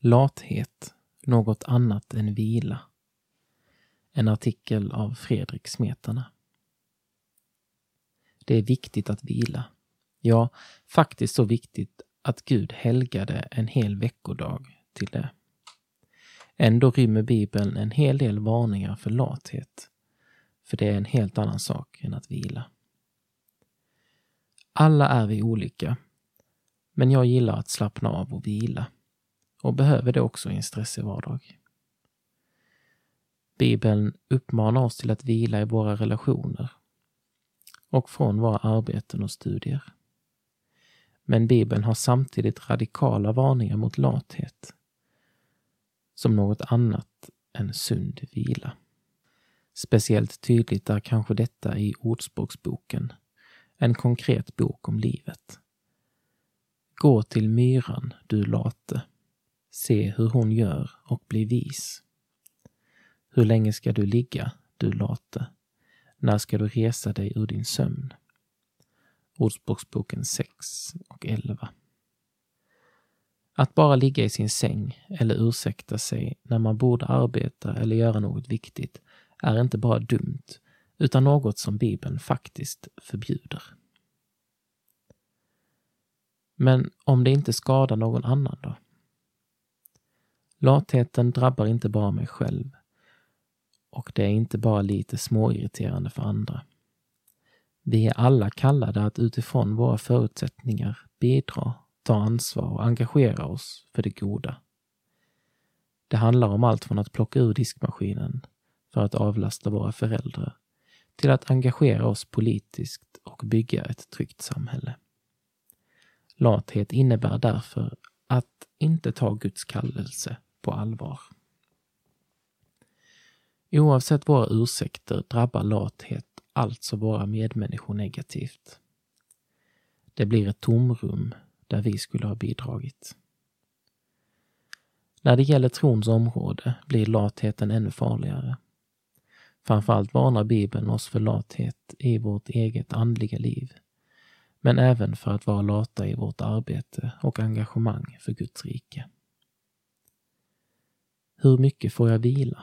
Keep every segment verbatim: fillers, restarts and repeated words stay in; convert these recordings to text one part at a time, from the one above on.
Lathet, något annat än vila. En artikel av Fredrik Smetana. Det är viktigt att vila. Ja, faktiskt så viktigt att Gud helgade en hel veckodag till det. Ändå rymmer Bibeln en hel del varningar för lathet, för det är en helt annan sak än att vila. Alla är vi olika, men jag gillar att slappna av och vila, och behöver det också i en stressig vardag. Bibeln uppmanar oss till att vila i våra relationer och från våra arbeten och studier. Men Bibeln har samtidigt radikala varningar mot lathet, som något annat än sund vila. Speciellt tydligt är kanske detta i Ordspråksboken, en konkret bok om livet. Gå till myran, du late. Se hur hon gör och bli vis. Hur länge ska du ligga, du late? När ska du resa dig ur din sömn? Ordspråksboken sex och elva. Att bara ligga i sin säng eller ursäkta sig när man borde arbeta eller göra något viktigt är inte bara dumt, utan något som Bibeln faktiskt förbjuder. Men om det inte skadar någon annan då? Latheten drabbar inte bara mig själv, och det är inte bara lite småirriterande för andra. Vi är alla kallade att utifrån våra förutsättningar bidra, ta ansvar och engagera oss för det goda. Det handlar om allt från att plocka ur diskmaskinen för att avlasta våra föräldrar till att engagera oss politiskt och bygga ett tryggt samhälle. Lathet innebär därför att inte ta Guds kallelse på allvar. Oavsett våra ursäkter drabbar lathet alltså våra medmänniskor negativt. Det blir ett tomrum där vi skulle ha bidragit. När det gäller trons område blir latheten ännu farligare. Framförallt varnar Bibeln oss för lathet i vårt eget andliga liv, men även för att vara lata i vårt arbete och engagemang för Guds rike. Hur mycket får jag vila?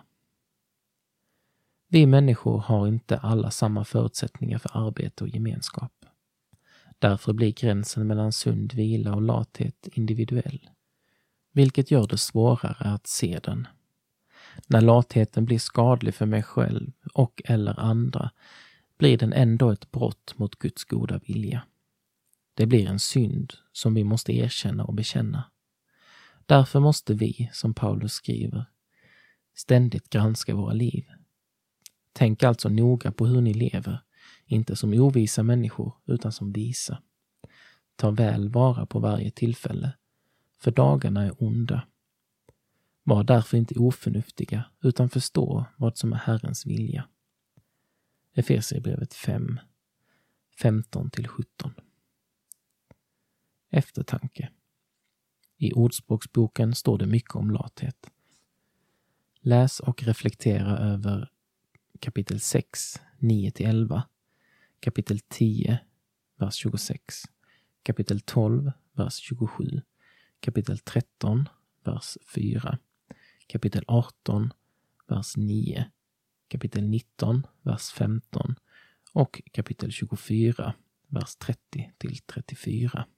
Vi människor har inte alla samma förutsättningar för arbete och gemenskap. Därför blir gränsen mellan sund vila och lathet individuell, vilket gör det svårare att se den. När latheten blir skadlig för mig själv och eller andra blir den ändå ett brott mot Guds goda vilja. Det blir en synd som vi måste erkänna och bekänna. Därför måste vi, som Paulus skriver, ständigt granska våra liv. Tänk alltså noga på hur ni lever, inte som ovisa människor utan som visa. Ta väl vara på varje tillfälle, för dagarna är onda. Var därför inte oförnuftiga utan förstå vad som är Herrens vilja. Efesierbrevet fem, femton till sjutton. Eftertanke. I Ordspråksboken står det mycket om lathet. Läs och reflektera över kapitel sex, nio till elva, kapitel tio, vers tjugosex, kapitel tolv, vers tjugosju, kapitel tretton, vers fyra, kapitel arton, vers nio, kapitel nitton, vers femton och kapitel tjugofyra, vers trettio till trettiofyra.